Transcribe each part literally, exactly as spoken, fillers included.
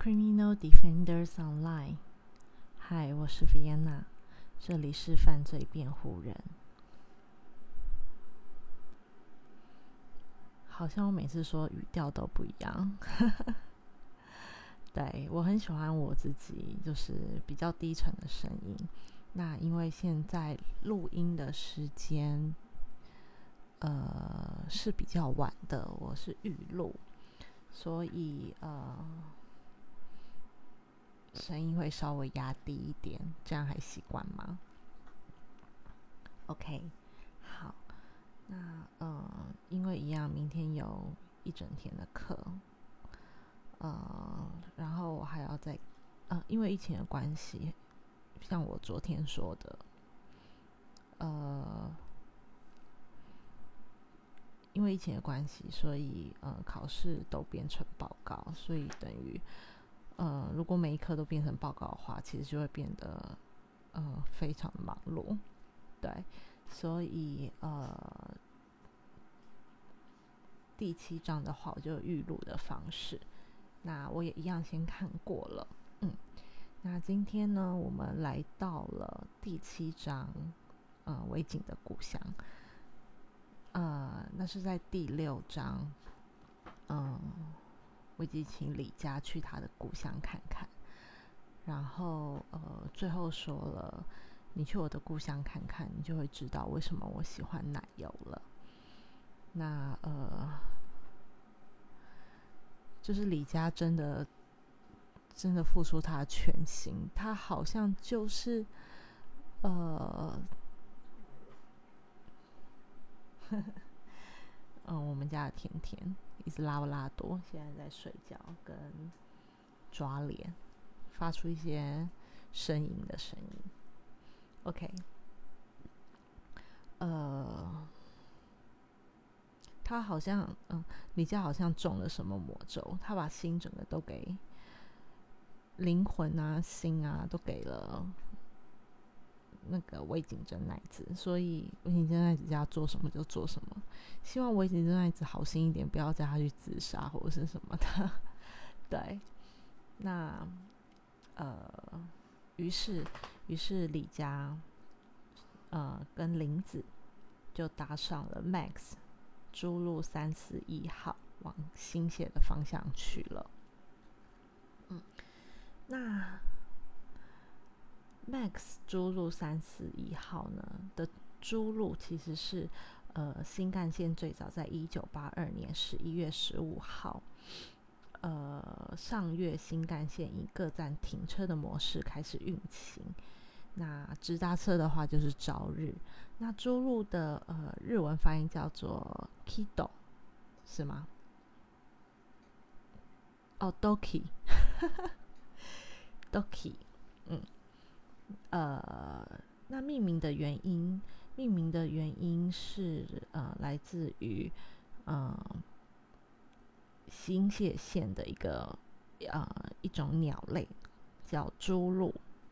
Criminal Defenders Online。嗨，我是 Vienna， 这里是犯罪辩护人。好像我每次说语调都不一样。对，我很喜欢我自己，就是比较低沉的声音。那因为现在录音的时间，呃，是比较晚的，我是预录，所以呃，声音会稍微压低一点，这样还习惯吗 ？OK， 好，那呃，因为一样，明天有一整天的课，呃，然后我还要再，呃，因为疫情的关系，像我昨天说的，呃，因为疫情的关系，所以呃，考试都变成报告，所以等于呃，如果每一科都变成报告的话，其实就会变得呃非常的忙碌，对，所以呃，第七章的话，我就预录的方式，那我也一样先看过了，嗯，那今天呢，我们来到了第七章，呃，维景的故乡，呃，那是在第六章，嗯，维基请李家去他的故乡看看，然后呃，最后说了，你去我的故乡看看，你就会知道为什么我喜欢奶油了。那呃。就是李家真的真的付出他的全心，他好像就是呃，嗯，我们家的甜甜一只拉布拉多，现在在睡觉跟抓脸，发出一些呻吟的声音。OK， 呃，他好像嗯，李家好像中了什么魔咒，他把心整个都给灵魂啊、心啊都给了那个尾井真奈子，所以尾井真奈子要做什么就做什么。希望尾井真奈子好心一点，不要叫他去自杀或者是什么的。对，那呃，于是于是李家呃跟林子就搭上了 Max 朱路三四一号往新泻的方向去了。嗯，那 Max 朱路三四一号呢的朱路其实是呃新干线最早在一九八二年十一月十五号，呃上越新干线以各站停车的模式开始运行。那直达车的话就是朝日。那朱路的呃日文发音叫做 Kido， 是吗？哦 ，Doki，Doki， 嗯。呃，那命名的原因，命名的原因是呃来自于呃新泻县的一个呃一种鸟类叫朱鹭，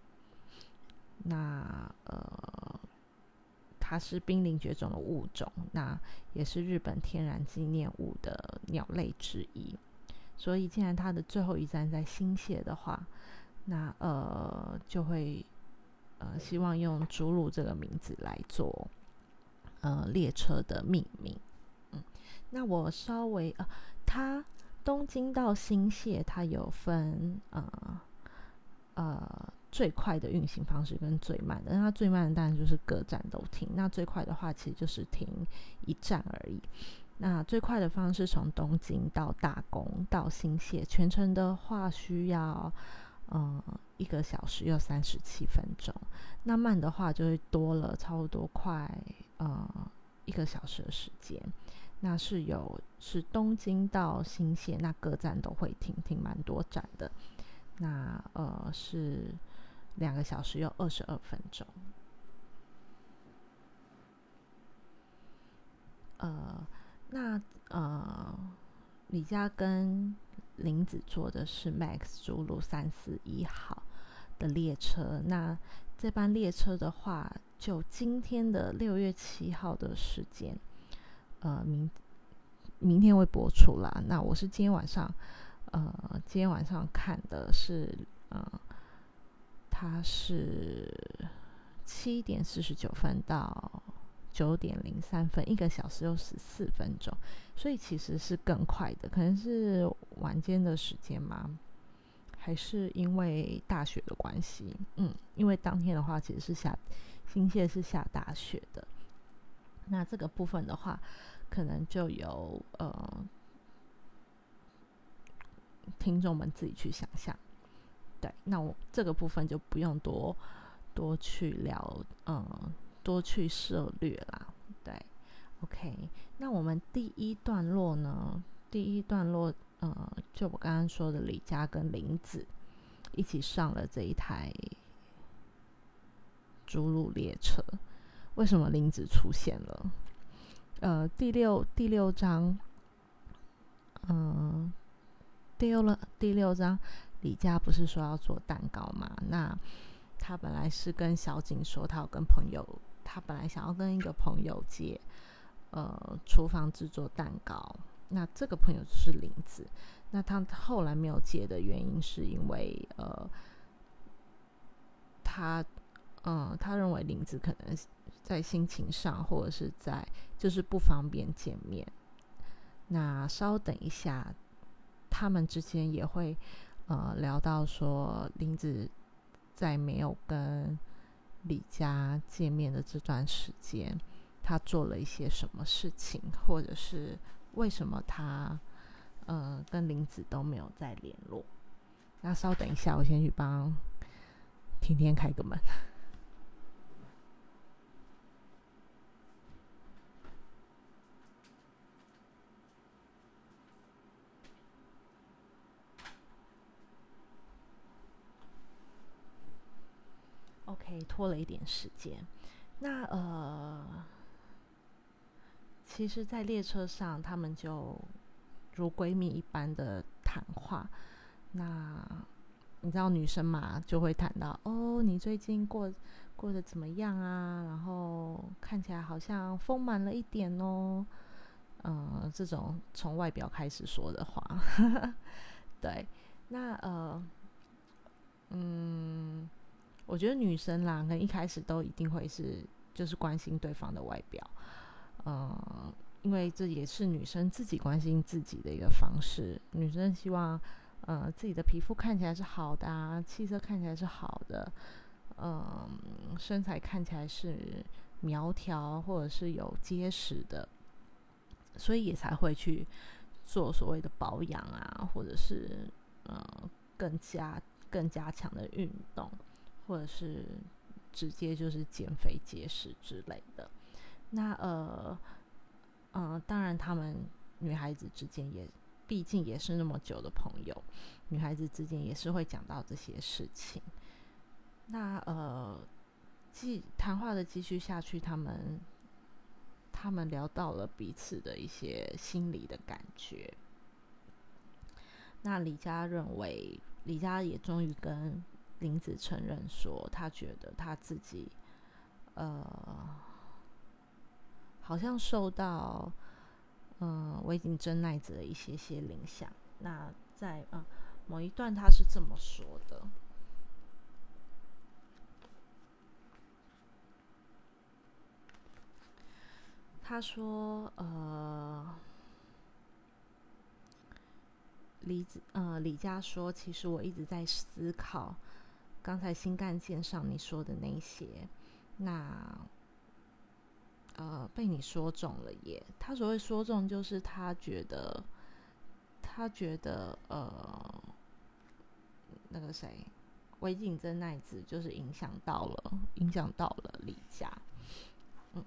那呃它是濒临绝种的物种，那也是日本天然纪念物的鸟类之一，所以既然它的最后一站在新泻的话，那呃就会呃，希望用朱鹭这个名字来做呃列车的命名。嗯，那我稍微呃，它东京到新泻，它有分呃呃最快的运行方式跟最慢的。那它最慢的当然就是各站都停，那最快的话其实就是停一站而已。那最快的方式从东京到大宫到新泻，全程的话需要嗯，一个小时又三十七分钟，那慢的话就会多了差不多快呃一个小时的时间。那是有是东京到新泻，那各站都会停，停蛮多站的。那呃是两个小时又二十二分钟。呃，那呃李家跟林子坐的是 Max 朱鹭三四一号的列车，那这班列车的话，就今天的六月七号的时间，呃，明明天会播出啦。那我是今天晚上呃，今天晚上看的是，呃，它是七点四十九分到九点零三分，一个小时又十四分钟，所以其实是更快的，可能是晚间的时间吗？还是因为大雪的关系？嗯，因为当天的话，其实是下新泻是下大雪的。那这个部分的话，可能就由呃听众们自己去想象。对，那我这个部分就不用多多去聊，嗯，多去涉略啦。对 ，OK。那我们第一段落呢？第一段落，呃，就我刚刚说的李家跟林子一起上了这一台逐鹿列车。为什么林子出现了？呃，第六第六章，嗯、呃，第六了第六章，李家不是说要做蛋糕吗？那他本来是跟小景说，他有跟朋友，他本来想要跟一个朋友借，呃，厨房制作蛋糕。那这个朋友就是林子。那他后来没有借的原因，是因为呃，他，嗯、呃，他认为林子可能在心情上，或者是在就是不方便见面。那稍等一下，他们之间也会呃聊到说，林子在没有跟李家见面的这段时间，他做了一些什么事情，或者是为什么他呃跟林子都没有再联络。那稍等一下，我先去帮天天开个门。OK， 拖了一点时间。那呃，其实，在列车上，他们就如闺蜜一般的谈话。那你知道女生嘛，就会谈到哦，你最近过过得怎么样啊？然后看起来好像丰满了一点哦。嗯、呃，这种从外表开始说的话，对。那呃，嗯，我觉得女生啦，可能一开始都一定会是就是关心对方的外表。嗯，因为这也是女生自己关心自己的一个方式。女生希望，呃，自己的皮肤看起来是好的啊，气色看起来是好的，嗯，身材看起来是苗条或者是有结实的，所以也才会去做所谓的保养啊，或者是呃更加更加强的运动，或者是直接就是减肥节食之类的。那呃嗯、呃，当然，他们女孩子之间也，毕竟也是那么久的朋友，女孩子之间也是会讲到这些事情。那呃，继谈话的继续下去，他们他们聊到了彼此的一些心理的感觉。那李佳认为，李佳也终于跟林子承认说，他觉得他自己呃，好像受到嗯，尾井真奈子的一些些影响。那在呃某一段他是这么说的，他说呃李子呃李佳说，其实我一直在思考刚才新干线上你说的那些，那呃被你说中了耶。他所谓说中，就是他觉得他觉得呃那个谁。尾井真奈子就是影响到了，影响到了李佳。嗯，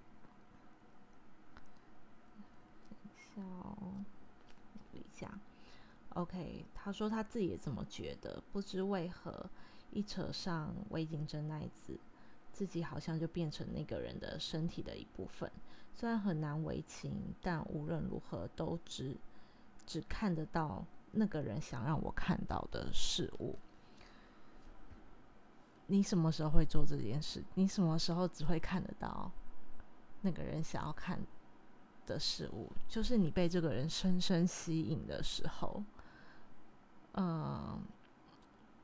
叫李佳。OK，他说他自己也这么觉得，不知为何一扯上尾井真奈子，自己好像就变成那个人的身体的一部分。虽然很难为情，但无论如何都只只看得到那个人想让我看到的事物。你什么时候会做这件事？你什么时候只会看得到那个人想要看的事物？就是你被这个人深深吸引的时候，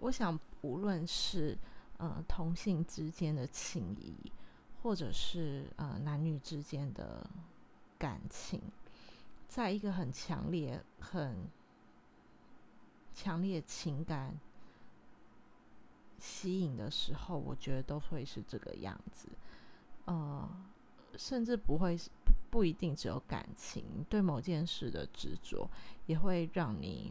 我想无论是呃同性之间的情谊，或者是呃男女之间的感情，在一个很强烈、很强烈情感吸引的时候，我觉得都会是这个样子。呃，甚至不会是不不一定只有感情，对某件事的执着，也会让你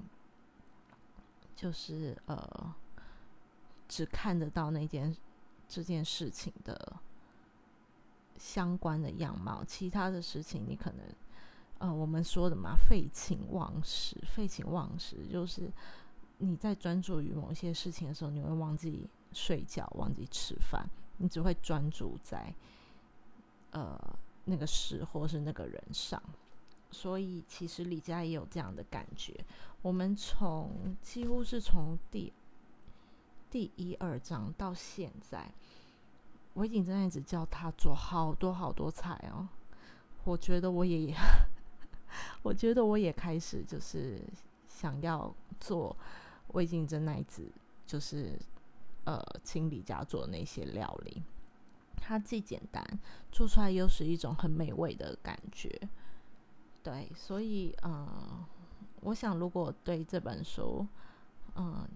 就是呃，只看得到那件这件事情的相关的样貌，其他的事情你可能呃，我们说的嘛，废寝忘食，废寝忘食就是你在专注于某些事情的时候，你会忘记睡觉，忘记吃饭，你只会专注在呃那个事或是那个人上。所以其实李佳也有这样的感觉。我们从几乎是从第第一二章到现在，维景真一直叫他做好多好多菜哦。我觉得我也，我觉得我也开始就是想要做魏晋真奈子，就是呃请李家做的那些料理。它既简单，做出来又是一种很美味的感觉。对，所以呃，我想如果对这本书，嗯、呃，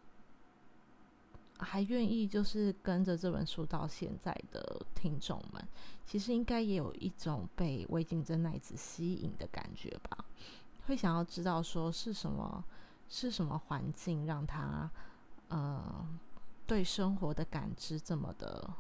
还愿意就是跟着这本书到现在的听众们，其实应该也有一种被魏晋真奈子吸引的感觉吧，会想要知道说是什么是什么环境让他呃对生活的感知这么的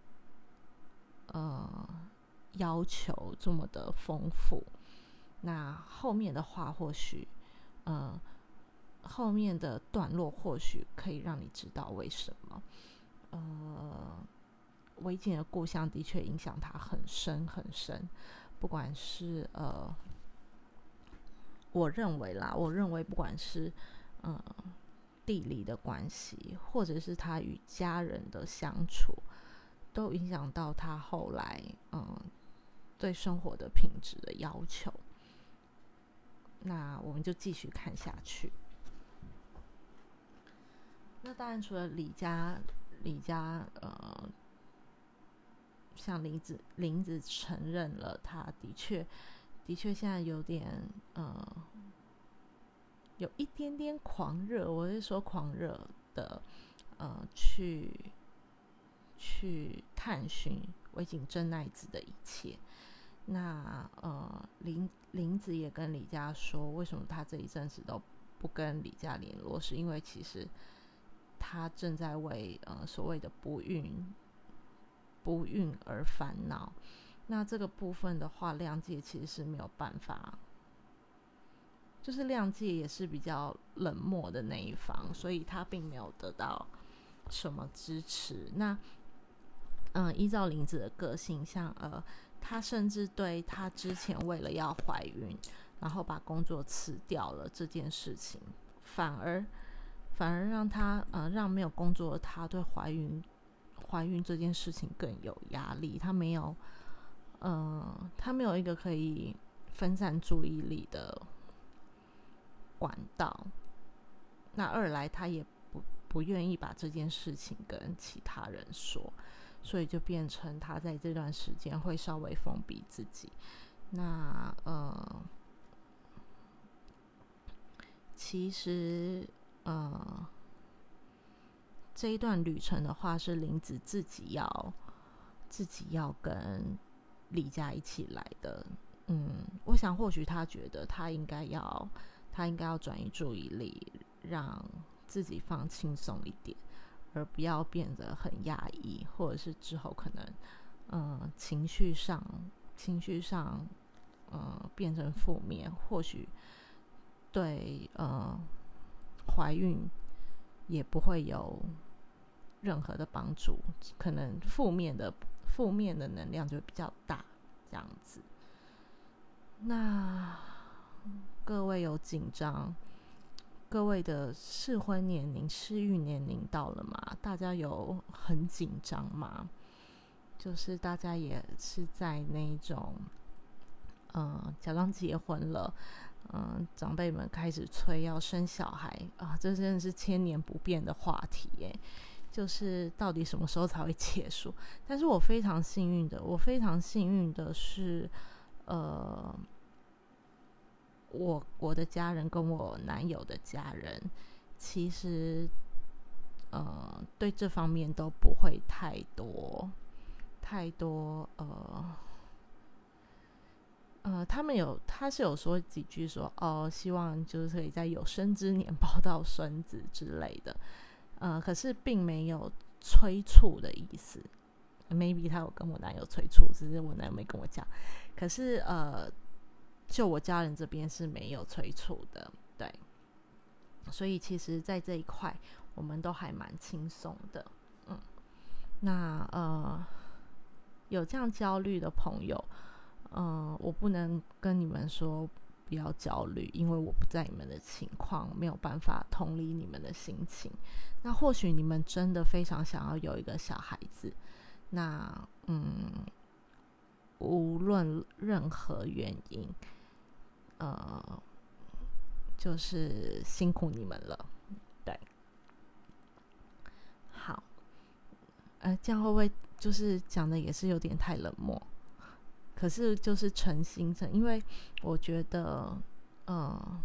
呃要求这么的丰富。那后面的话或许呃后面的段落或许可以让你知道为什么。呃，维景的故乡的确影响他很深很深，不管是呃，我认为啦，我认为不管是呃地理的关系，或者是他与家人的相处，都影响到他后来嗯、呃、对生活的品质的要求。那我们就继续看下去。那当然，除了李家，李家呃，像林子林子承认了，他的确的确现在有点呃，有一点点狂热，我是说狂热的呃，去去探寻尾井真奈子的一切。那呃，林林子也跟李家说，为什么他这一阵子都不跟李家联络，是因为其实他正在为呃所谓的不孕不孕而烦恼。那这个部分的话，亮介其实是没有办法，就是亮介也是比较冷漠的那一方，所以他并没有得到什么支持。那嗯、呃，依照林子的个性，像呃，他甚至对他之前为了要怀孕，然后把工作辞掉了这件事情，反而反而让他呃让没有工作的他对怀孕怀孕这件事情更有压力。他没有呃他没有一个可以分散注意力的管道。那二来他也不不愿意把这件事情跟其他人说，所以就变成他在这段时间会稍微封闭自己。那呃，其实呃，这一段旅程的话，是林子自己要自己要跟李家一起来的。嗯，我想或许他觉得他应该要他应该要转移注意力，让自己放轻松一点，而不要变得很压抑，或者是之后可能呃情绪上情绪上呃变成负面，或许对呃怀孕也不会有任何的帮助，可能负面的负面的能量就比较大，这样子。那各位有紧张，各位的适婚年龄、适育年龄到了吗？大家有很紧张吗？就是大家也是在那种，呃，假装结婚了， 嗯，长辈们开始催要生小孩啊，这真的是千年不变的话题耶。就是到底什么时候才会结束？但是我非常幸运的，我非常幸运的是，呃，我我的家人跟我男友的家人，其实呃对这方面都不会太多太多呃。呃，他们有，他是有说几句说，哦，希望就是可以在有生之年抱到孙子之类的，呃，可是并没有催促的意思。maybe 他有跟我男友催促，只是我男友没跟我讲。可是呃，就我家人这边是没有催促的，对。所以其实，在这一块，我们都还蛮轻松的，嗯。那呃，有这样焦虑的朋友。嗯、呃，我不能跟你们说不要焦虑，因为我不在你们的情况，没有办法同理你们的心情。那或许你们真的非常想要有一个小孩子，那嗯，无论任何原因，呃，就是辛苦你们了，对。好，呃，这样会不会就是讲的也是有点太冷漠？可是就是诚心诚，因为我觉得，呃，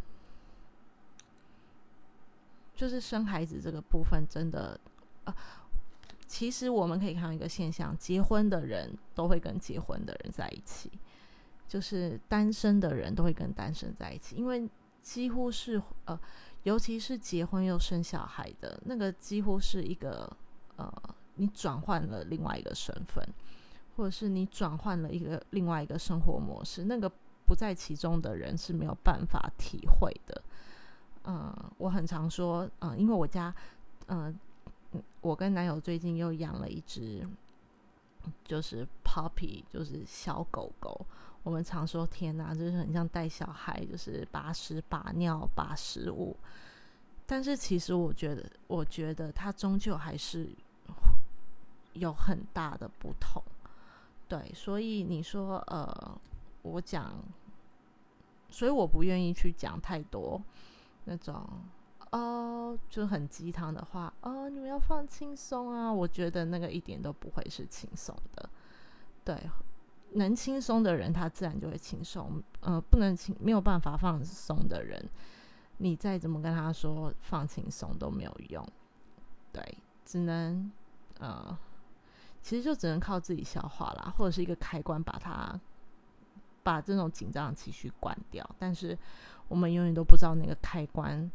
就是生孩子这个部分真的，呃，其实我们可以看到一个现象，结婚的人都会跟结婚的人在一起，就是单身的人都会跟单身在一起，因为几乎是呃，尤其是结婚又生小孩的那个，几乎是一个呃，你转换了另外一个身份。或者是你转换了一个另外一个生活模式，那个不在其中的人是没有办法体会的。嗯，我很常说，嗯，因为我家，嗯，我跟男友最近又养了一只，就是 puppy， 就是小狗狗。我们常说，天哪，就是很像带小孩，就是把屎把尿把食物。但是其实我觉得，我觉得它终究还是有很大的不同。对，所以你说，呃，我讲，所以我不愿意去讲太多那种，哦，就很鸡汤的话，哦，你们要放轻松啊。我觉得那个一点都不会是轻松的。对，能轻松的人，他自然就会轻松。呃，不能轻，没有办法放松的人，你再怎么跟他说放轻松都没有用。对，只能，呃。其实就只能靠自己消化啦，或者是一个开关把它把这种紧张的情绪关掉。但是我们永远都不知道那个开关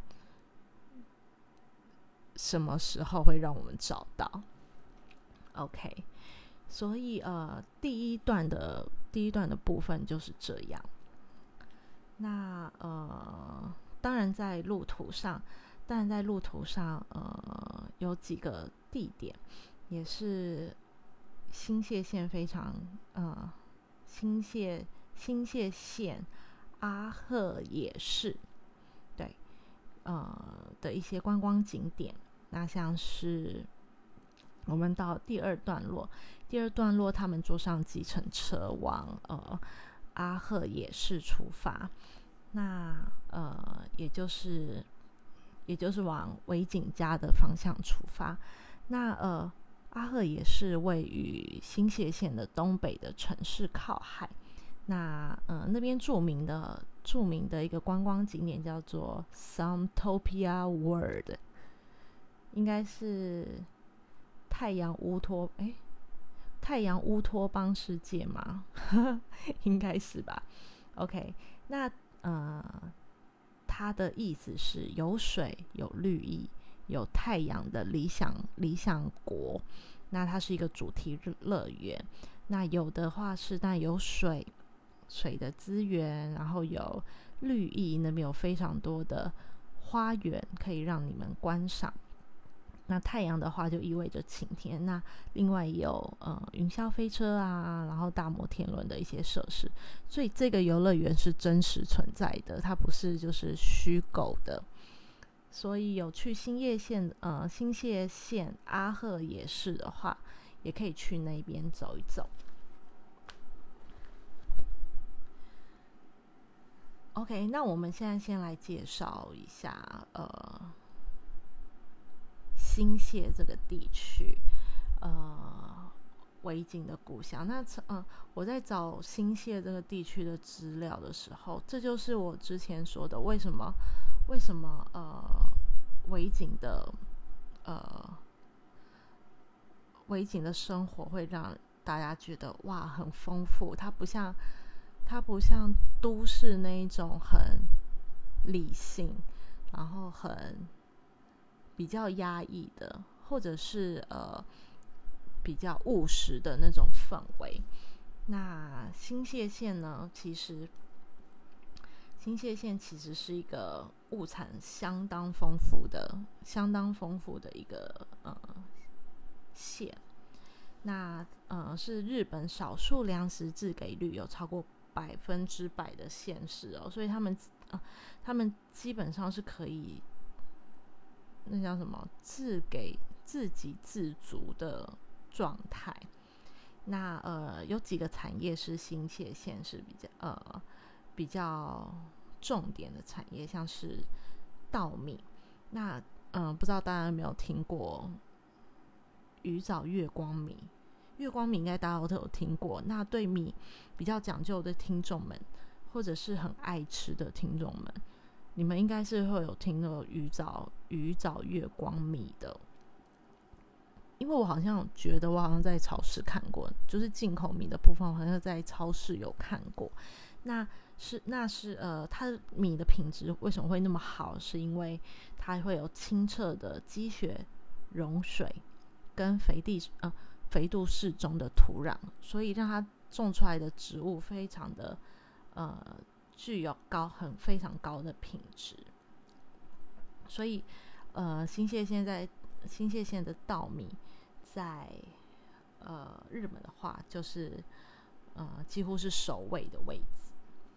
什么时候会让我们找到。OK， 所以呃，第一段的第一段的部分就是这样。那呃，当然在路途上，当然在路途上，呃，有几个地点也是。新泻县非常呃，新泻新泻县阿赫野市，对，呃的一些观光景点。那像是我们到第二段落，第二段落他们坐上计程车往呃阿赫野市出发，那呃也就是也就是往维景家的方向出发。那呃。阿赫也是位于新泻县的东北的城市，靠海。那呃，那边著名的著名的一个观光景点叫做 Sumtopia World， 应该是太阳乌托哎，太阳乌托邦世界吗？应该是吧。OK， 那呃，它的意思是有水、有绿意、有太阳的理想理想国。那它是一个主题乐园。那有的话是，那有水水的资源，然后有绿意，那边有非常多的花园可以让你们观赏。那太阳的话就意味着晴天。那另外也有呃云霄飞车啊，然后大摩天轮的一些设施。所以这个游乐园是真实存在的，它不是就是虚构的。所以有去新泻县呃新泻县阿赫野市的话，也可以去那边走一走。 OK， 那我们现在先来介绍一下呃新泻这个地区，呃维景的故乡。那嗯、呃，我在找新泻这个地区的资料的时候，这就是我之前说的，为什么为什么呃维景的呃维景的生活会让大家觉得哇很丰富，它不像它不像都市那一种很理性，然后很比较压抑的，或者是呃比较务实的那种氛围。那新泻县呢，其实新泻县其实是一个物产相当丰富的、相当丰富的一个呃县。那呃是日本少数粮食自给率有超过百分之百的县市哦，所以他们呃他们基本上是可以那叫什么自给自给自足的状态。那呃有几个产业是新泻县是比较呃比较重点的产业，像是稻米。那嗯、呃，不知道大家有没有听过鱼藻月光米？月光米应该大家都有听过。那对米比较讲究的听众们，或者是很爱吃的听众们，你们应该是会有听过鱼藻鱼藻月光米的。因为我好像觉得我好像在超市看过，就是进口米的部分，我好像在超市有看过。那是那是呃，它的米的品质为什么会那么好？是因为它会有清澈的积雪融水跟肥地呃肥度适中的土壤，所以让它种出来的植物非常的呃具有高很非常高的品质。所以呃，新泻县在新泻县的稻米在呃日本的话，就是呃几乎是首位的位置。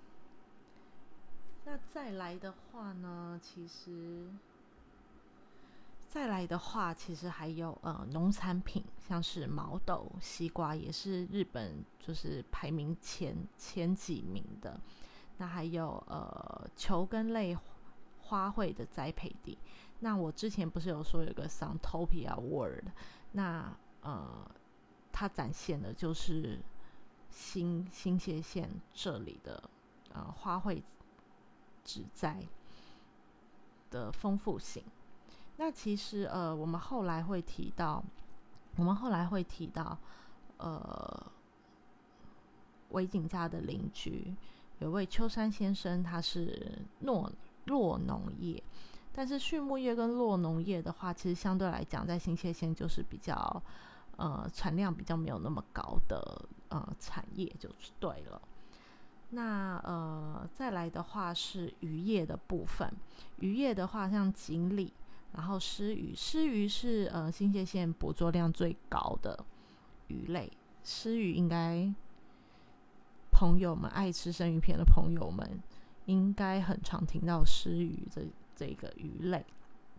那再来的话呢，其实再来的话，其实还有呃农产品，像是毛豆、西瓜，也是日本就是排名前前几名的。那还有呃球根类花卉的栽培地。那我之前不是有说有个 Suntopia World， 那呃它展现的就是新新泻县这里的呃花卉植栽的丰富性。那其实呃我们后来会提到，我们后来会提到呃维景家的邻居有位秋山先生，他是诺洛农业，但是畜牧业跟洛农业的话，其实相对来讲，在新泻县就是比较呃产量比较没有那么高的呃产业，就是对了。那呃再来的话是渔业的部分，渔业的话像锦鲤，然后鲻鱼，鲻鱼是呃新泻县捕捉量最高的鱼类，鲻鱼应该朋友们爱吃生鱼片的朋友们应该很常听到鲻鱼这这个鱼类。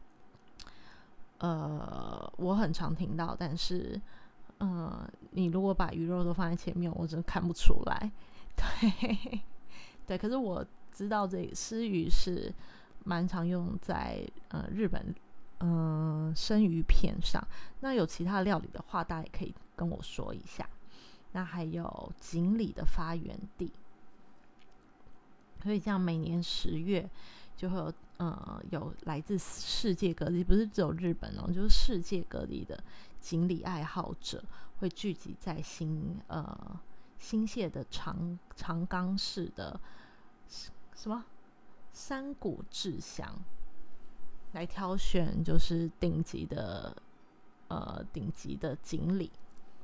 呃，我很常听到，但是呃，你如果把鱼肉都放在前面，我真的看不出来。对，对，可是我知道这个鲻鱼是蛮常用在呃日本嗯、呃、生鱼片上。那有其他料理的话，大家也可以跟我说一下。那还有锦鲤的发源地，所以这样每年十月就会有呃有来自世界各地，不是只有日本哦，就是世界各地的锦鲤爱好者会聚集在新呃新泻的长长冈市的什么山谷志祥，来挑选就是顶级的呃顶级的锦鲤。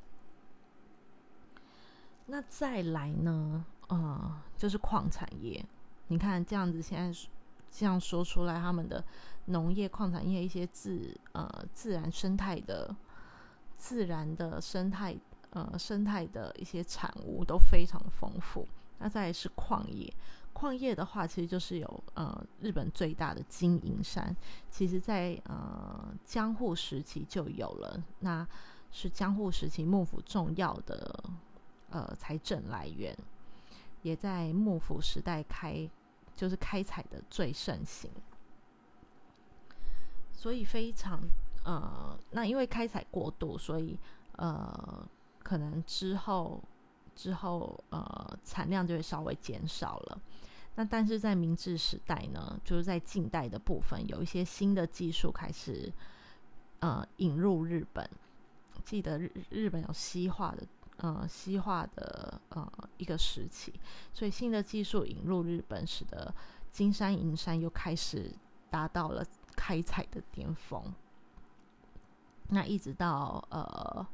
那再来呢，呃，就是矿产业。你看这样子，现在这样说出来，他们的农业、矿产业一些自呃自然生态的、自然的生态呃生态的一些产物都非常的丰富。那再来是矿业，矿业的话，其实就是有呃日本最大的金银山，其实在呃江户时期就有了，那是江户时期幕府重要的呃财政来源，也在幕府时代开就是开采的最盛行，所以非常呃，那因为开采过度，所以呃，可能之后之后呃产量就会稍微减少了。那但是在明治时代呢，就是在近代的部分，有一些新的技术开始呃引入日本。记得 日, 日本有西化的呃西化的呃一个时期，所以新的技术引入日本，使得金山银山又开始达到了开采的巅峰。那一直到呃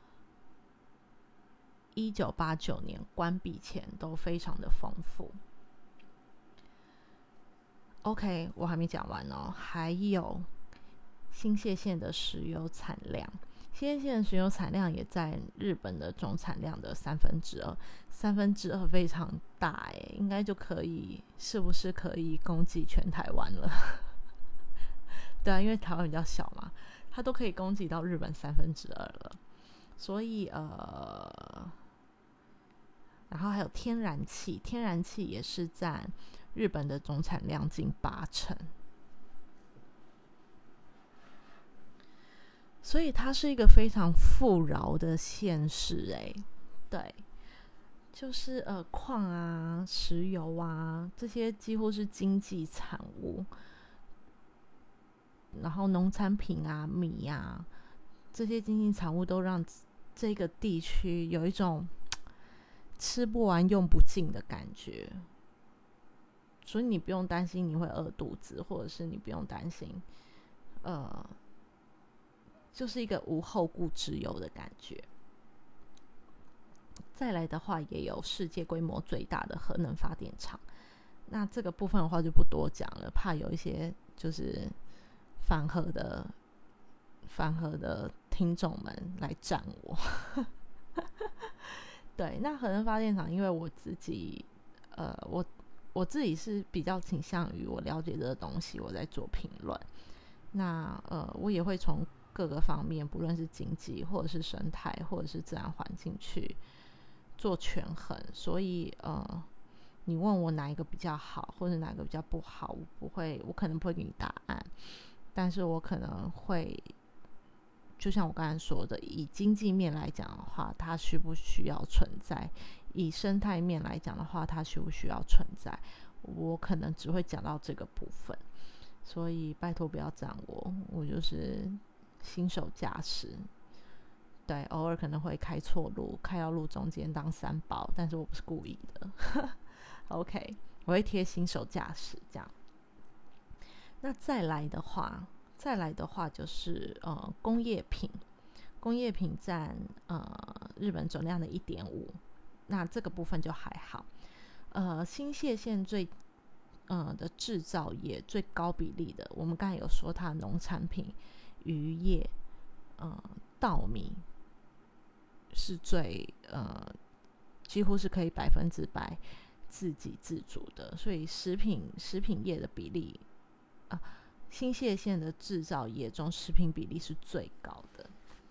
一九八九年关闭前都非常的丰富。OK， 我还没讲完哦，还有新泻县的石油产量。新泻县的石油产量也在日本的总产量的三分之二，三分之二非常大哎，应该就可以，是不是可以供给全台湾了？对啊，因为台湾比较小嘛，它都可以供给到日本三分之二了。所以呃，然后还有天然气，天然气也是占日本的总产量近八成。所以它是一个非常富饶的县市，哎，对，就是呃矿啊、石油啊这些几乎是经济产物，然后农产品啊、米啊这些经济产物都让这个地区有一种吃不完用不尽的感觉，所以你不用担心你会饿肚子，或者是你不用担心呃。就是一个无后顾之忧的感觉。再来的话，也有世界规模最大的核能发电厂。那这个部分的话就不多讲了，怕有一些就是反核的反核的听众们来赞我。对，那核能发电厂，因为我自己呃，我我自己是比较倾向于我了解这个东西，我在做评论。那呃，我也会从各个方面，不论是经济或者是生态或者是自然环境去做权衡，所以呃，你问我哪一个比较好，或者哪个比较不好，我不会，我可能不会给你答案，但是我可能会，就像我刚才说的，以经济面来讲的话，它需不需要存在；以生态面来讲的话，它需不需要存在，我可能只会讲到这个部分，所以拜托不要赞我，我就是新手驾驶，对，偶尔可能会开错路，开到路中间当三宝，但是我不是故意的。OK， 我会贴新手驾驶这样。那再来的话，再来的话就是呃工业品，工业品占呃日本总量的一点五，那这个部分就还好。呃，新泻县最呃的制造业最高比例的，我们刚才有说它的农产品、渔业、呃稻米是最呃几乎是可以百分之百自给自足的，所以食品食品业的比例啊，新泻县的制造业中食品比例是最高的。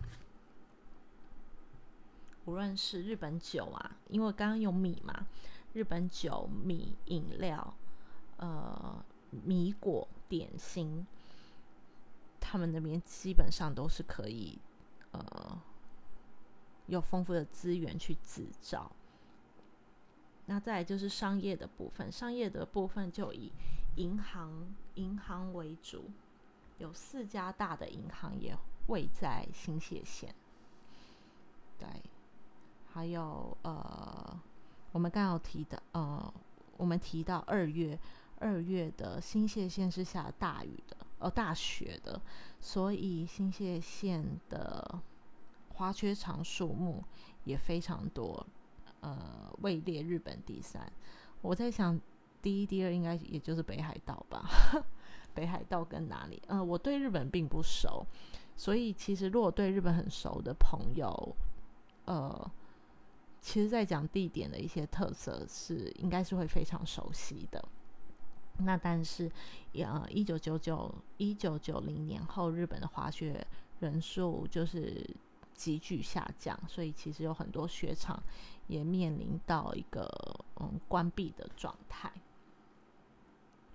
无论是日本酒啊，因为刚刚有米嘛，日本酒、米、饮料、呃米果、点心，他们那边基本上都是可以呃有丰富的资源去制造。那再来就是商业的部分，商业的部分就以银行银行为主，有四家大的银行也位在新泻县。对，还有呃，我们刚刚有提到呃，我们提到二月二月的新泻县是下大雨的，呃，大雪的，所以新泻县的滑雪场数目也非常多。呃，位列日本第三。我在想，第一、第二应该也就是北海道吧。北海道跟哪里？呃，我对日本并不熟，所以其实如果对日本很熟的朋友，呃，其实在讲地点的一些特色是应该是会非常熟悉的。那但是，呃，一九九九一九九零年后，日本的滑雪人数就是急剧下降，所以其实有很多雪场也面临到一个嗯关闭的状态。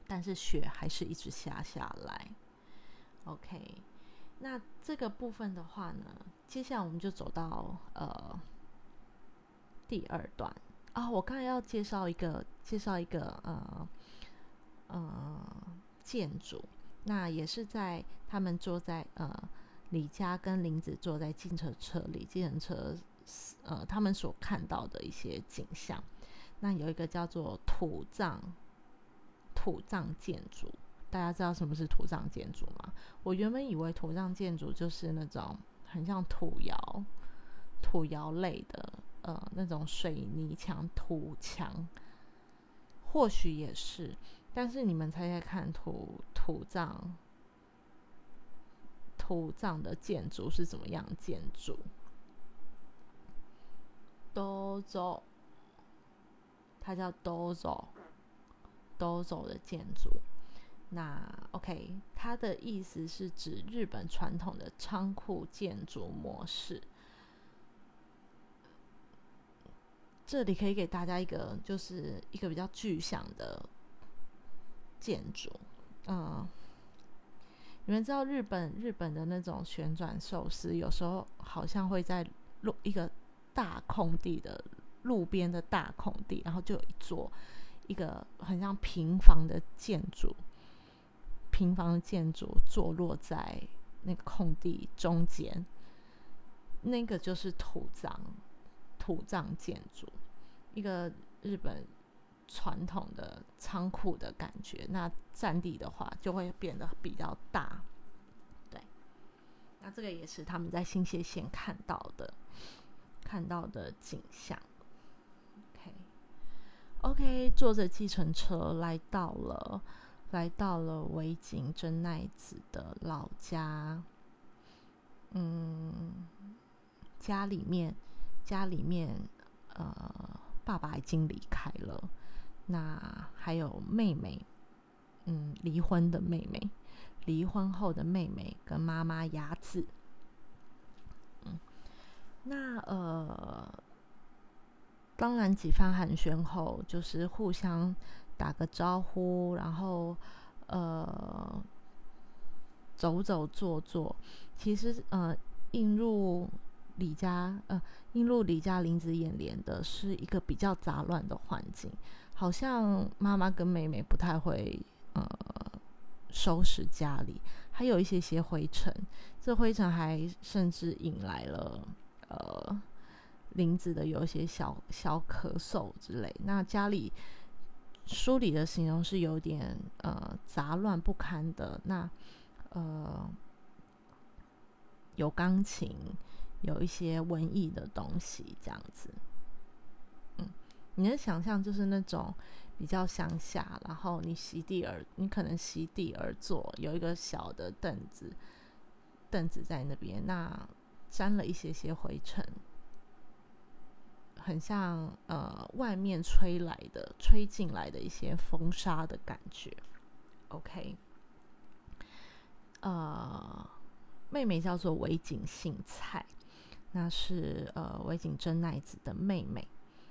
但是雪还是一直下下来。 OK， 那这个部分的话呢，接下来我们就走到呃第二段啊。我刚才要介绍一个介绍一个呃呃建筑，那也是在他们坐在呃李家跟林子坐在计程车里，计程车呃他们所看到的一些景象。那有一个叫做土葬土葬建筑，大家知道什么是土葬建筑吗？我原本以为土葬建筑就是那种很像土窑土窑类的呃那种水泥墙土墙，或许也是，但是你们猜猜看土土葬土葬的建筑是怎么样的建筑？都走，它叫都走都走的建筑。那 OK， 它的意思是指日本传统的仓库建筑模式。这里可以给大家一个就是一个比较具象的建筑。嗯，你们知道日本日本的那种旋转寿司，有时候好像会在路一个大空地的路边的大空地，然后就有一座一个很像平房的建筑，平房的建筑坐落在那个空地中间，那个就是土葬土葬建筑，一个日本传统的仓库的感觉。那占地的话就会变得比较大。对，那这个也是他们在新泻县看到的看到的景象。 OK OK， 坐着计程车来到了来到了尾井真奈子的老家。嗯，家里面家里面呃爸爸已经离开了，那还有妹妹，嗯，离婚的妹妹，离婚后的妹妹跟妈妈雅子。嗯，那呃，当然几番寒暄后，就是互相打个招呼，然后呃走走坐坐。其实呃映入李家呃映入李家林子眼帘的是一个比较杂乱的环境，好像妈妈跟妹妹不太会呃收拾家里，还有一些些灰尘，这灰尘还甚至引来了呃林子的有一些小小咳嗽之类。那家里书里的形容是有点呃杂乱不堪的。那呃有钢琴，有一些文艺的东西这样子。嗯，你的想象就是那种比较乡下，然后你席地而你可能席地而坐，有一个小的凳子凳子在那边，那沾了一些些灰尘，很像呃外面吹来的吹进来的一些风沙的感觉。 OK， 呃妹妹叫做尾井幸菜，那是呃尾井真奈子的妹妹。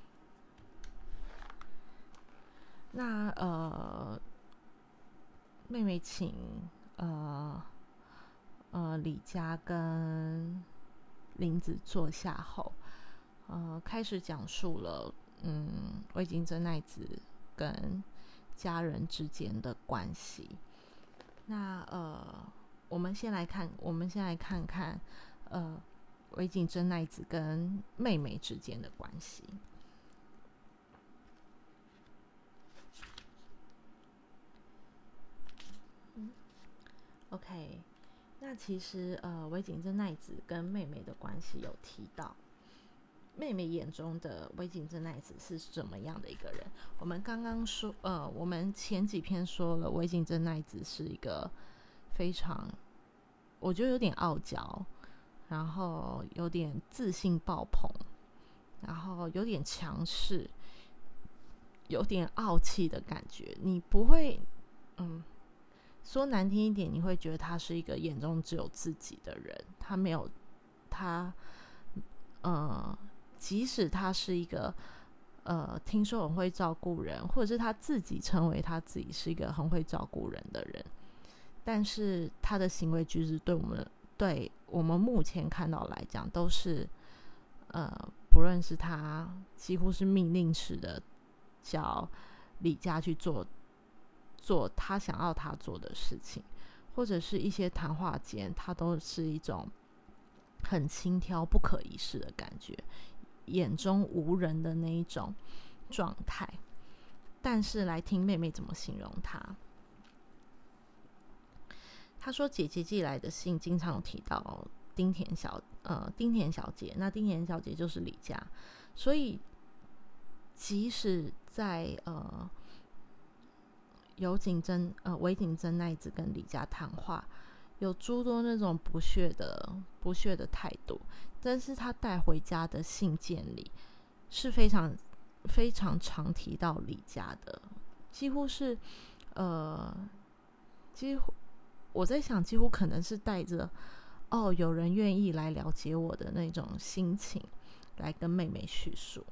那呃妹妹请呃呃李家跟林子坐下后，呃开始讲述了嗯尾井真奈子跟家人之间的关系。那呃我们先来看我们先来看看呃尾井真奈子跟妹妹之间的关系。嗯 OK， 那其实呃尾井真奈子跟妹妹的关系有提到，妹妹眼中的尾井真奈子是怎么样的一个人？我们刚刚说，呃，我们前几篇说了，尾井真奈子是一个非常，我觉得有点傲娇，然后有点自信爆棚，然后有点强势，有点傲气的感觉。你不会，嗯，说难听一点，你会觉得他是一个眼中只有自己的人，他没有他，呃。即使他是一个呃，听说很会照顾人，或者是他自己称为他自己是一个很会照顾人的人，但是他的行为举止对我们对我们目前看到来讲，都是呃，不论是他几乎是命令式的叫李家去做做他想要他做的事情，或者是一些谈话间，他都是一种很轻佻、不可一世的感觉，眼中无人的那一种状态。但是来听妹妹怎么形容他。她说姐姐寄来的信经常有提到丁田小呃丁田小姐，那丁田小姐就是李家，所以即使在呃有景真呃韦景真那一次跟李家谈话，有诸多那种不屑的不屑的态度，但是他带回家的信件里是非常非常常提到李家的，几乎是呃几乎我在想，几乎可能是带着哦有人愿意来了解我的那种心情来跟妹妹叙述。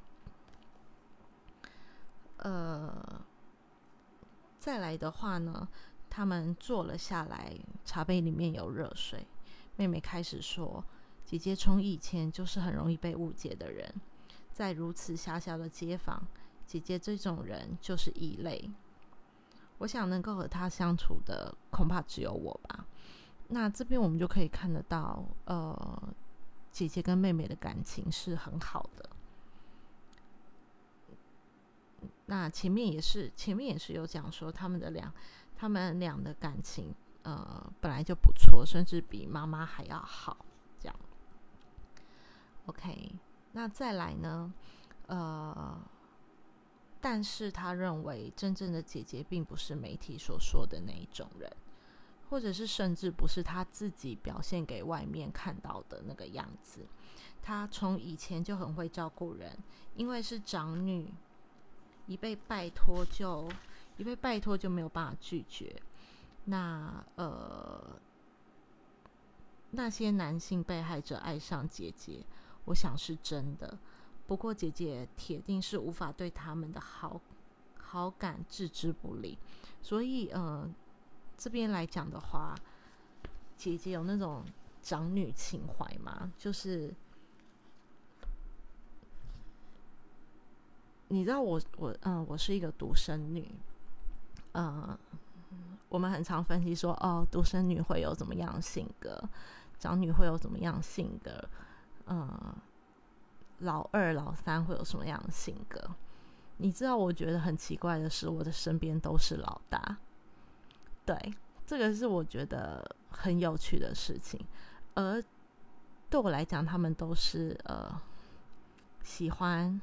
呃，再来的话呢，他们坐了下来，茶杯里面有热水。妹妹开始说：“姐姐从以前就是很容易被误解的人，在如此狭小的街坊，姐姐这种人就是异类。我想能够和她相处的，恐怕只有我吧。”那这边我们就可以看得到，呃，姐姐跟妹妹的感情是很好的。那前面也是，前面也是有讲说，他们的俩，他们俩的感情，呃，本来就不错，甚至比妈妈还要好。这样 ，OK。那再来呢，呃，但是他认为真正的姐姐并不是媒体所说的那一种人，或者是甚至不是他自己表现给外面看到的那个样子。他从以前就很会照顾人，因为是长女。一被拜托就一被拜托就没有办法拒绝。那呃，那些男性被害者爱上姐姐，我想是真的。不过姐姐铁定是无法对他们的好好感置之不理。所以呃，这边来讲的话，姐姐有那种长女情怀嘛，就是。你知道我我嗯，我是一个独生女，呃，我们很常分析说，哦，独生女会有怎么样的性格，长女会有怎么样的性格，呃，老二、老三会有什么样的性格？你知道，我觉得很奇怪的是，我的身边都是老大，对，这个是我觉得很有趣的事情，而对我来讲，他们都是呃喜欢。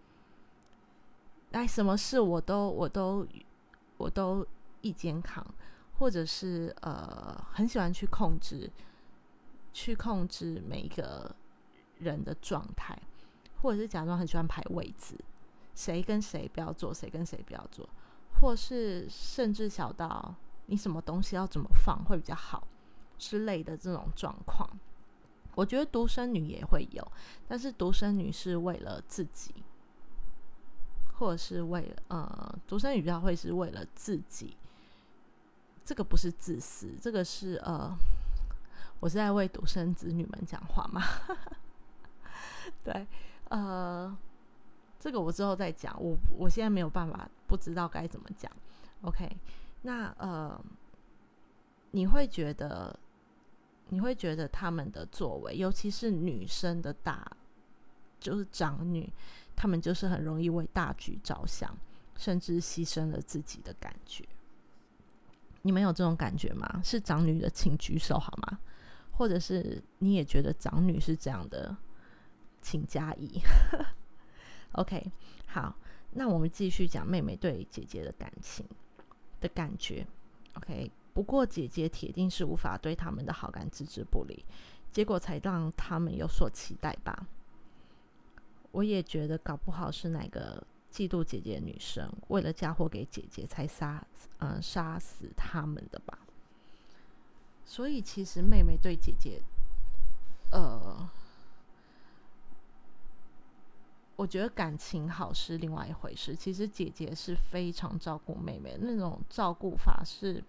哎，什么事我都我都我都一肩扛，或者是呃很喜欢去控制，去控制每一个人的状态，或者是假装很喜欢排位置，谁跟谁不要做，谁跟谁不要做，或是甚至小到你什么东西要怎么放会比较好之类的这种状况。我觉得独生女也会有，但是独生女是为了自己。或者是为了呃，独生女比较会是为了自己，这个不是自私，这个是呃，我是在为独生子女们讲话嘛。对，呃，这个我之后再讲，我我现在没有办法，不知道该怎么讲。OK， 那呃，你会觉得，你会觉得他们的作为，尤其是女生的大，就是长女。他们就是很容易为大局着想，甚至牺牲了自己的感觉。你们有这种感觉吗？是长女的请举手好吗？或者是你也觉得长女是这样的，请加一。OK， 好，那我们继续讲妹妹对姐姐的感情的感觉。OK， 不过姐姐铁定是无法对他们的好感置之不理，结果才让他们有所期待吧。我也觉得搞不好是哪个嫉妒姐姐的女生为了嫁祸给姐姐才杀呃杀死他们的吧。所以其实妹妹对姐姐呃我觉得感情好是另外一回事。其实姐姐是非常照顾妹妹，那种照顾法是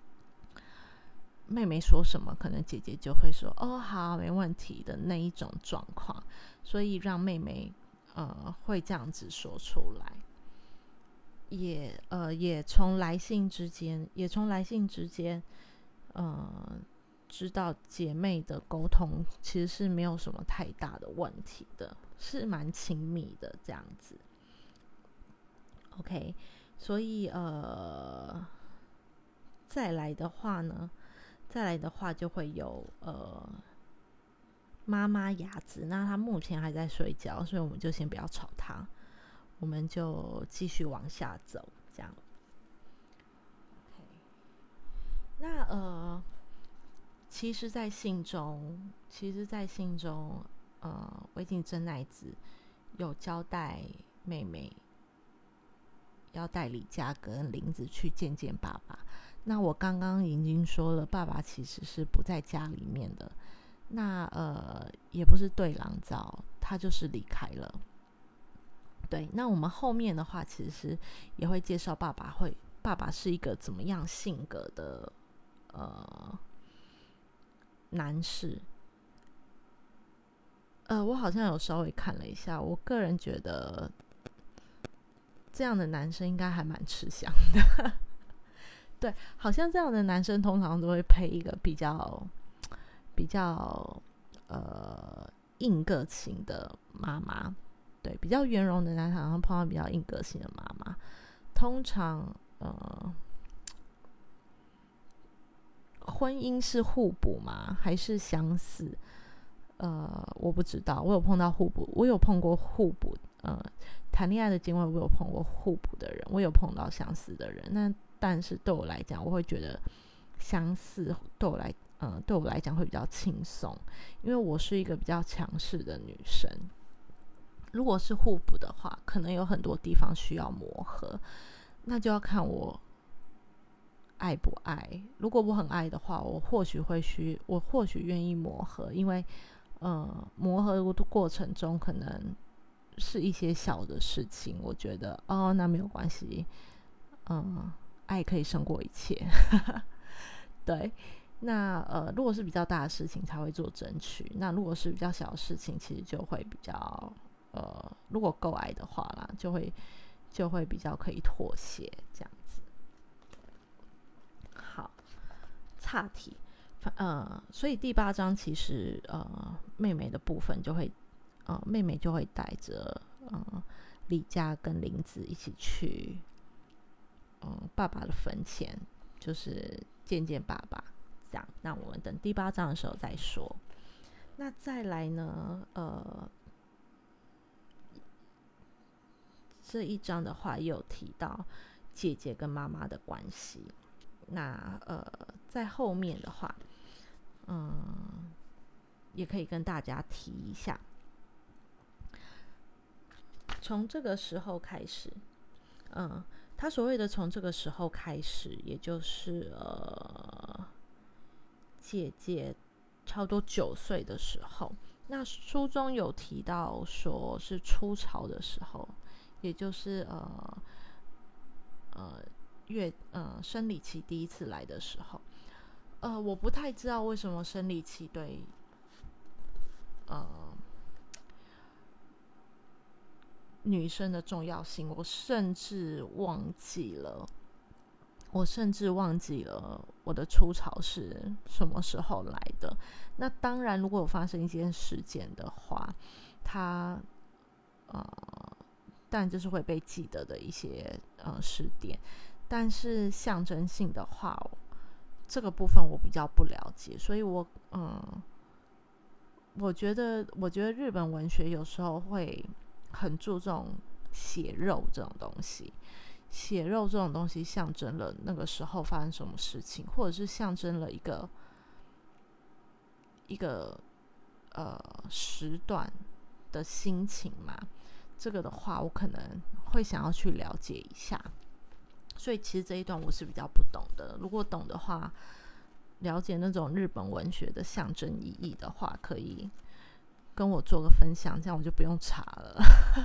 妹妹说什么，可能姐姐就会说哦好没问题的那一种状况，所以让妹妹呃会这样子说出来。也呃也从来信之间，也从来信之间，呃。知道姐妹的沟通其实是没有什么太大的问题的，是蛮亲密的这样子。OK， 所以呃，再来的话呢，再来的话就会有呃妈妈雅子，那她目前还在睡觉，所以我们就先不要吵她，我们就继续往下走，这样。OK， 那呃。其实在信中，其实在信中，呃，尾井真奈子有交代妹妹要带李佳跟林子去见见爸爸。那我刚刚已经说了，爸爸其实是不在家里面的。那呃，也不是对狼照，他就是离开了。对，那我们后面的话，其实也会介绍爸爸会，爸爸是一个怎么样性格的，呃。男士，呃，我好像有稍微看了一下，我个人觉得这样的男生应该还蛮吃香的。对，好像这样的男生通常都会配一个比较比较呃硬个性的妈妈。对，比较圆融的男生好像碰到比较硬个性的妈妈，通常呃。婚姻是互补吗？还是相似？呃，我不知道。我有碰到互补，我有碰过互补。呃，谈恋爱的经验，我有碰过互补的人，我有碰到相似的人。那但是对我来讲，我会觉得相似对我来，呃，对我来讲会比较轻松，因为我是一个比较强势的女生。如果是互补的话，可能有很多地方需要磨合，那就要看我。爱不爱？如果我很爱的话，我或许会需，我或许愿意磨合，因为呃，磨合的过程中可能是一些小的事情，我觉得哦，那没有关系，嗯、呃，爱可以胜过一切。对，那呃，如果是比较大的事情才会做争取，那如果是比较小的事情，其实就会比较呃，如果够爱的话啦，就会就会比较可以妥协这样。好，岔题，呃，所以第八章其实呃，妹妹的部分就会，呃，妹妹就会带着呃李佳跟林子一起去，嗯、呃，爸爸的坟前，就是见见爸爸，这样。那我们等第八章的时候再说。那再来呢，呃，这一章的话也有提到姐姐跟妈妈的关系。那呃，在后面的话，嗯，也可以跟大家提一下。从这个时候开始，嗯，他所谓的从这个时候开始，也就是呃，姐姐差不多九岁的时候。那书中有提到说是初潮的时候，也就是呃呃月呃生理期第一次来的时候。呃，我不太知道为什么生理期对呃女生的重要性，我甚至忘记了，我甚至忘记了我的初潮是什么时候来的。那当然，如果有发生一件事件的话，它呃，但就是会被记得的一些呃事点，但是象征性的话，这个部分我比较不了解，所以我嗯。我觉得，我觉得日本文学有时候会很注重血肉这种东西，血肉这种东西象征了那个时候发生什么事情，或者是象征了一个一个呃时段的心情嘛。这个的话，我可能会想要去了解一下。所以其实这一段我是比较不懂的，如果懂的话，了解那种日本文学的象征意义的话，可以跟我做个分享，这样我就不用查了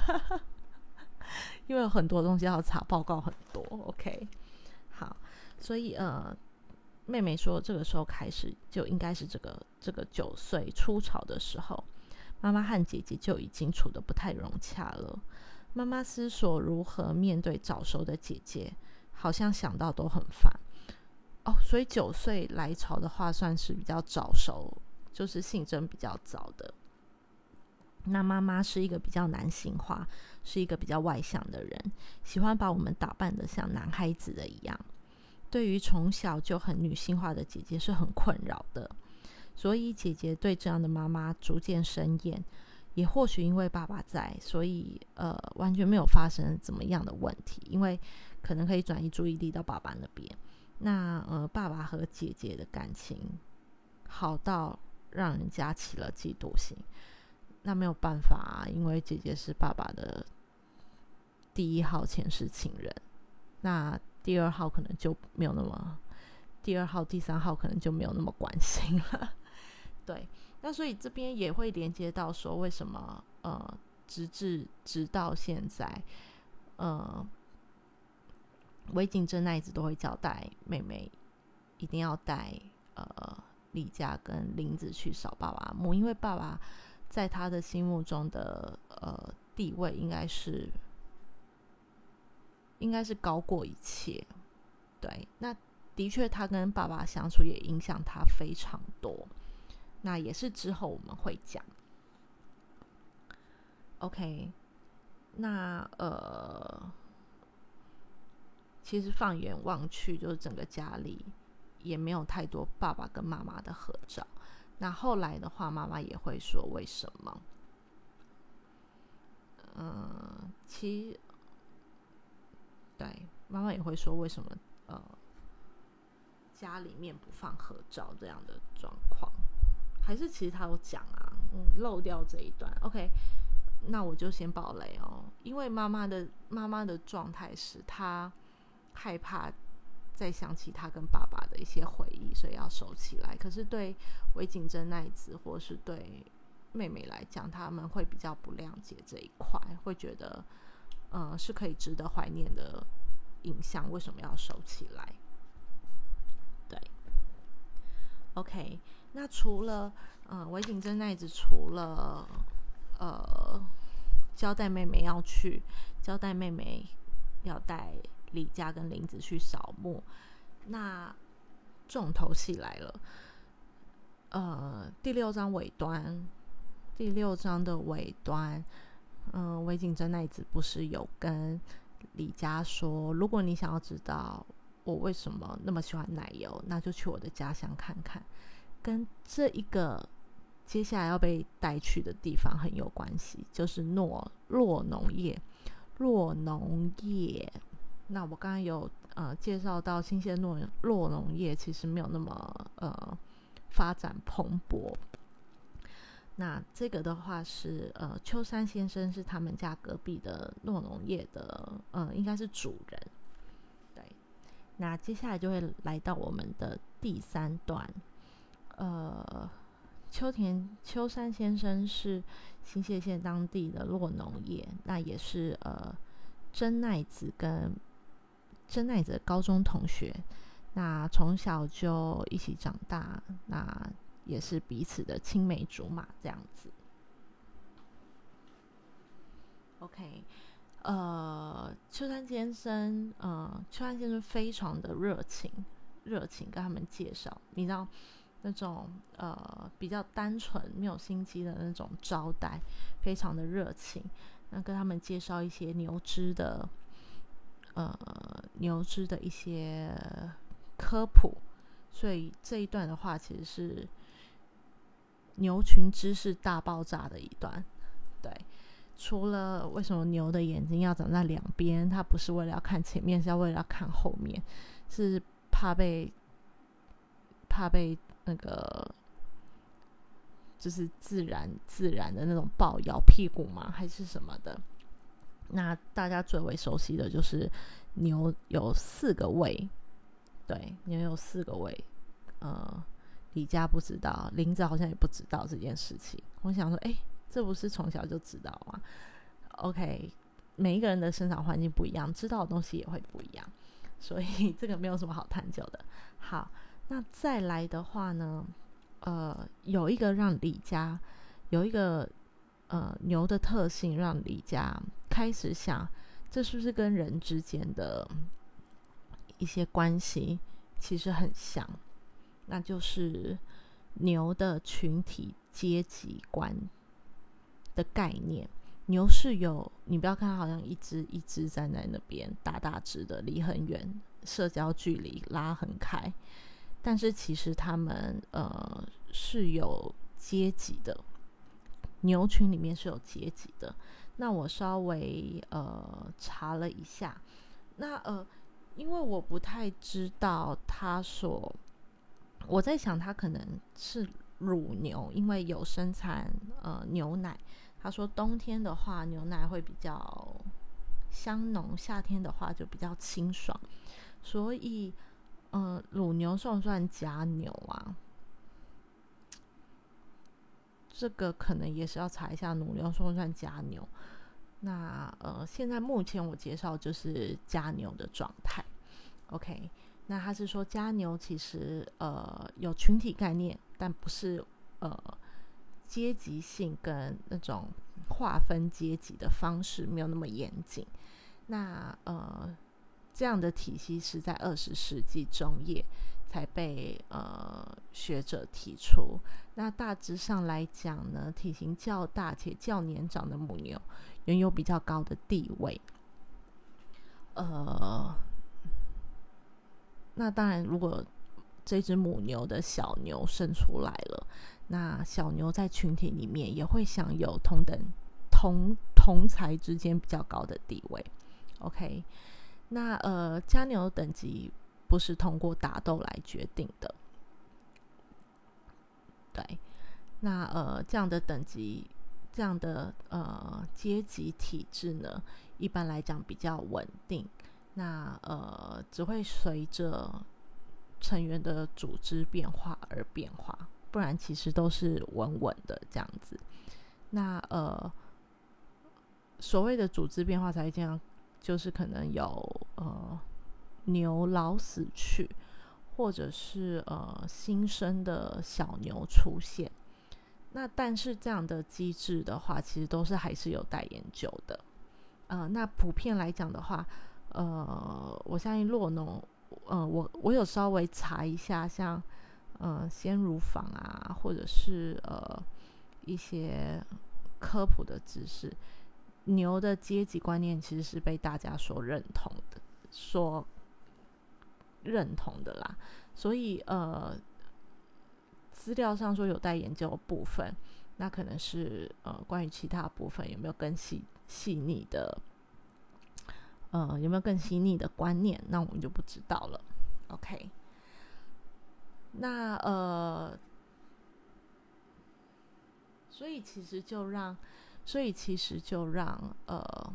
因为有很多东西要查，报告很多。 OK， 好，所以呃妹妹说这个时候开始就应该是这个这个九岁初潮的时候，妈妈和姐姐就已经处得不太融洽了。妈妈思索如何面对早熟的姐姐，好像想到都很烦哦。所以九岁来潮的话算是比较早熟，就是性征比较早的。那妈妈是一个比较男性化，是一个比较外向的人，喜欢把我们打扮得像男孩子的一样。对于从小就很女性化的姐姐是很困扰的，所以姐姐对这样的妈妈逐渐生厌。也或许因为爸爸在，所以呃完全没有发生怎么样的问题，因为可能可以转移注意力到爸爸那边。那呃爸爸和姐姐的感情好到让人家起了嫉妒心。那没有办法啊，因为姐姐是爸爸的第一号前世情人，那第二号可能就没有那么，第二号、第三号可能就没有那么关心了。对，那所以这边也会连接到说，为什么呃，直至直到现在，呃，韦景珍那一直都会交代妹妹一定要带呃李家跟林子去扫爸爸墓，因为爸爸在他的心目中的呃地位应该是应该是高过一切。对，那的确他跟爸爸相处也影响他非常多，那也是之后我们会讲。 OK， 那呃其实放眼望去，就是整个家里也没有太多爸爸跟妈妈的合照。那后来的话，妈妈也会说为什么。嗯，其对，妈妈也会说为什么呃家里面不放合照这样的状况，还是其实他有讲啊，嗯，漏掉这一段。 OK， 那我就先爆雷哦，因为妈妈的妈妈的状态是她害怕再想起她跟爸爸的一些回忆，所以要收起来。可是对韦景珍那一子或是对妹妹来讲，他们会比较不谅解这一块，会觉得呃是可以值得怀念的影像，为什么要收起来。对， OK， 那除了呃韦景珍那一子除了呃交代妹妹要去交代妹妹要带李家跟林子去扫墓，那重头戏来了。呃第六章尾端第六章的尾端嗯、呃，韦景珍那一子不是有跟李家说，如果你想要知道我为什么那么喜欢奶油，那就去我的家乡看看，跟这一个接下来要被带去的地方很有关系，就是诺洛农业。洛农业，那我刚刚有呃介绍到新鲜洛洛农业其实没有那么呃发展蓬勃。那这个的话是呃秋山先生是他们家隔壁的洛农业的呃应该是主人。对，那接下来就会来到我们的第三段。呃秋田秋山先生是新泻县当地的洛农业，那也是呃真奈子跟真奈子的高中同学，那从小就一起长大，那也是彼此的青梅竹马这样子。 OK， 呃秋山先生呃秋山先生非常的热情热情跟他们介绍，你知道那种呃比较单纯没有心机的那种招待，非常的热情。那跟他们介绍一些牛只的呃牛只的一些科普，所以这一段的话其实是牛群知识大爆炸的一段。对，除了为什么牛的眼睛要长在两边，它不是为了要看前面，是要为了要看后面，是怕被怕被那个就是自然自然的那种豹咬屁股吗？还是什么的？那大家最为熟悉的就是牛有四个胃，对，牛有四个胃。呃，李家不知道，林子好像也不知道这件事情。我想说，哎、欸， 这不是从小就知道吗 ？OK， 每一个人的生长环境不一样，知道的东西也会不一样，所以这个没有什么好探究的。好，那再来的话呢，呃，有一个让李家有一个呃牛的特性，让李家开始想，这是不是跟人之间的一些关系其实很像，那就是牛的群体阶级观的概念。牛是有，你不要看它好像一只一只站在那边大大只的，离很远，社交距离拉很开，但是其实他们呃是有阶级的，牛群里面是有阶级的。那我稍微呃查了一下，那呃因为我不太知道他所，我在想他可能是乳牛，因为有生产呃牛奶。他说冬天的话牛奶会比较香浓，夏天的话就比较清爽，所以呃乳牛算不算假牛啊？这个可能也是要查一下乳牛算不算假牛。那呃现在目前我介绍就是假牛的状态。OK， 那他是说家牛其实呃有群体概念，但不是呃阶级性跟那种划分阶级的方式没有那么严谨。那呃这样的体系是在二十世纪中叶才被呃学者提出。那大致上来讲呢，体型较大且较年长的母牛拥有比较高的地位。呃那当然，如果这只母牛的小牛生出来了，那小牛在群体里面也会享有同等同同才之间比较高的地位。OK， 那呃，家牛等级不是通过打斗来决定的，对。那呃，这样的等级，这样的呃阶级体制呢，一般来讲比较稳定。那呃，只会随着成员的组织变化而变化，不然其实都是稳稳的这样子。那呃，所谓的组织变化才会这样，就是可能有呃牛老死去，或者是呃新生的小牛出现。那但是这样的机制的话，其实都是还是有待研究的。呃，那普遍来讲的话，呃，我相信酪农，呃，我我有稍微查一下，像呃鲜乳坊啊，或者是呃一些科普的知识，牛的阶级观念其实是被大家所认同的，所认同的啦。所以呃，资料上说有待研究的部分，那可能是呃关于其他部分有没有更细细腻的。呃，有没有更细腻的观念？那我们就不知道了。OK， 那呃，所以其实就让，所以其实就让呃，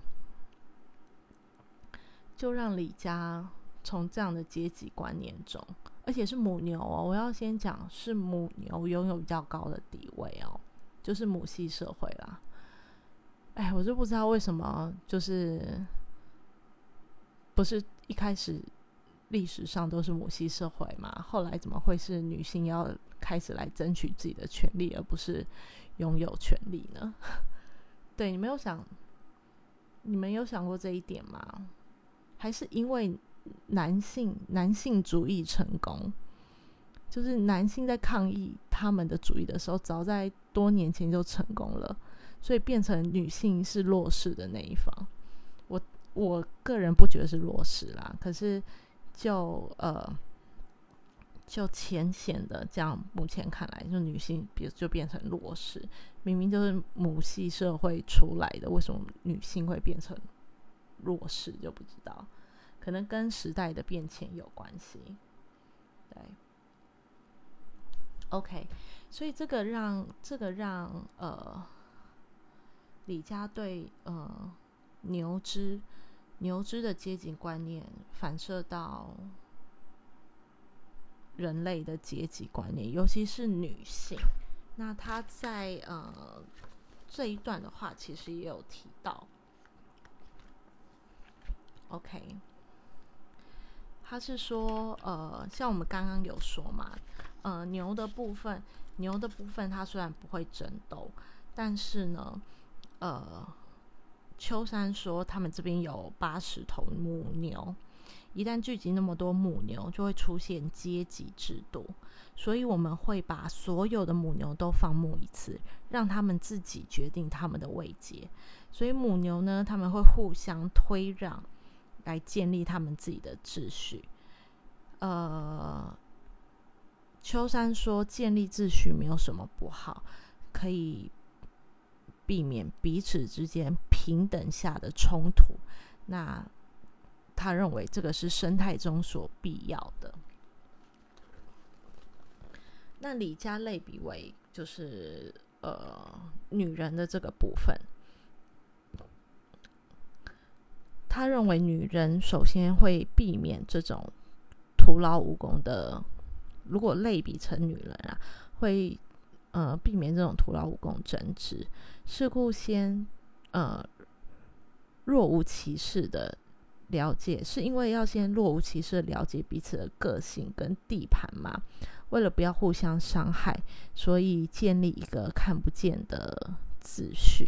就让李家从这样的阶级观念中，而且是母牛哦，我要先讲是母牛拥有比较高的地位哦，就是母系社会啦。哎，我就不知道为什么，就是不是一开始历史上都是母系社会嘛，后来怎么会是女性要开始来争取自己的权利，而不是拥有权利呢？对，你没有想，你们有想过这一点吗？还是因为男性男性主义成功，就是男性在抗议他们的主义的时候，早在多年前就成功了，所以变成女性是弱势的那一方。我我个人不觉得是弱势啦，可是就呃就浅显的这样，目前看来，就女性就变成弱势，明明就是母系社会出来的，为什么女性会变成弱势就不知道，可能跟时代的变迁有关系。对 ，OK， 所以这个让这个让呃李家对呃牛只牛只的阶级观念反射到人类的阶级观念，尤其是女性。那她在呃这一段的话，其实也有提到。OK， 他是说，呃，像我们刚刚有说嘛，呃，牛的部分，牛的部分它虽然不会争斗，但是呢，呃，秋山说他们这边有八十头母牛，一旦聚集那么多母牛，就会出现阶级制度，所以我们会把所有的母牛都放牧一次，让他们自己决定他们的位阶。所以母牛呢，他们会互相推让，来建立他们自己的秩序。呃，秋山说建立秩序没有什么不好，可以避免彼此之间平等下的冲突。那他认为这个是生态中所必要的。那李家类比为就是呃女人的这个部分，他认为女人首先会避免这种徒劳无功的，如果类比成女人啊，会呃避免这种徒劳无功争执，是故先呃若无其事的了解，是因为要先若无其事的了解彼此的个性跟地盘嘛。为了不要互相伤害，所以建立一个看不见的秩序。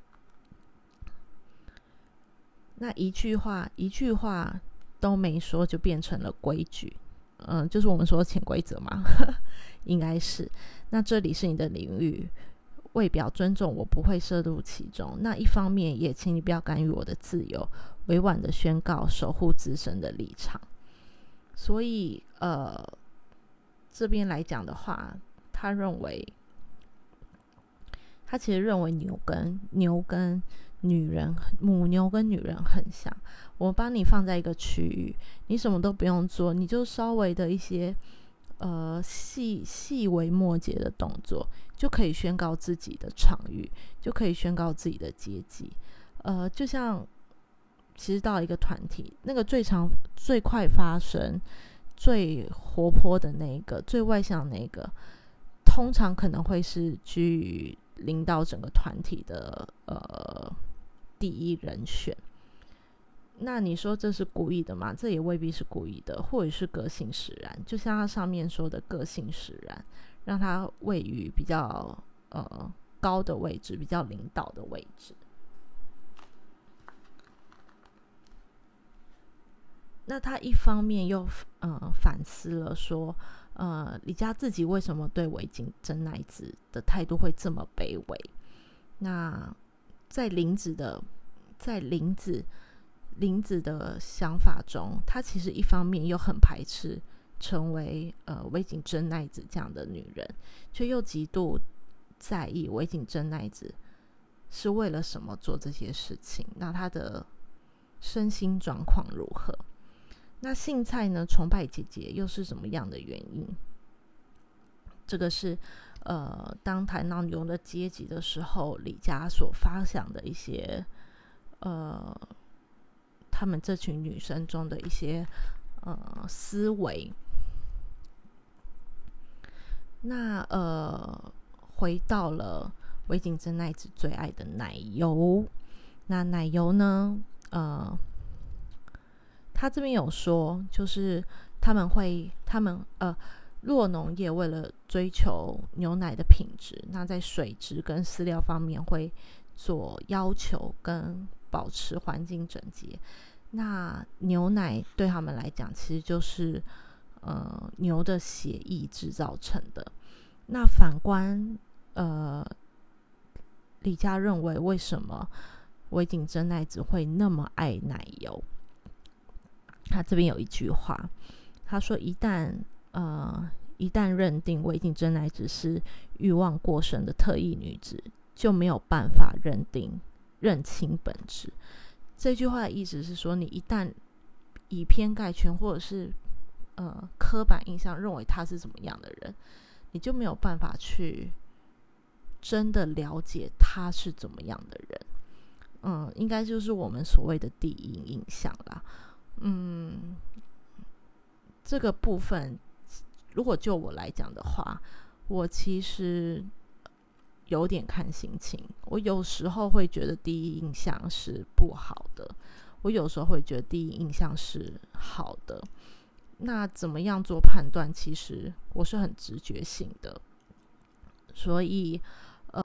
那一句话一句话都没说就变成了规矩，嗯、呃，就是我们说的潜规则嘛，应该是。那这里是你的领域，为表尊重，我不会涉入其中。那一方面也请你不要干预我的自由，委婉的宣告守护自身的立场。所以呃这边来讲的话，他认为他其实认为牛跟牛跟女人母牛跟女人很像，我把你放在一个区域，你什么都不用做，你就稍微的一些呃细细微末节的动作，就可以宣告自己的场域，就可以宣告自己的阶级。呃，就像其实到一个团体，那个最常最快发生最活泼的那个最外向的那个，通常可能会是居于领导整个团体的呃第一人选。那你说这是故意的吗？这也未必是故意的，或者是个性使然。就像他上面说的个性使然，让他位于比较呃高的位置，比较领导的位置。那他一方面又呃反思了说，呃李家自己为什么对尾井真奈子的态度会这么卑微？那在林子的在林子林子的想法中，他其实一方面又很排斥成为呃尾井真奈子这样的女人，却又极度在意尾井真奈子是为了什么做这些事情，那他的身心状况如何？那杏菜呢崇拜姐姐又是什么样的原因？这个是呃当谈到牛的阶级的时候，李家所发想的一些呃他们这群女生中的一些呃思维。那呃回到了尾井真奈子最爱的奶油，那奶油呢呃他这边有说，就是他们会，他们呃，酪农业为了追求牛奶的品质，那在水质跟饲料方面会做要求跟保持环境整洁。那牛奶对他们来讲，其实就是呃牛的血液制造成的。那反观呃，李家认为，为什么尾井真奈子会那么爱奶油？他这边有一句话，他说一旦呃一旦认定尾井真奈子是欲望过剩的特异女子，就没有办法认定认清本质。这句话的意思是说，你一旦以偏概全，或者是呃刻板印象认为他是怎么样的人，你就没有办法去真的了解他是怎么样的人。嗯，应该就是我们所谓的第一印象啦。嗯，这个部分如果就我来讲的话，我其实有点看心情。我有时候会觉得第一印象是不好的，我有时候会觉得第一印象是好的。那怎么样做判断？其实我是很直觉性的，所以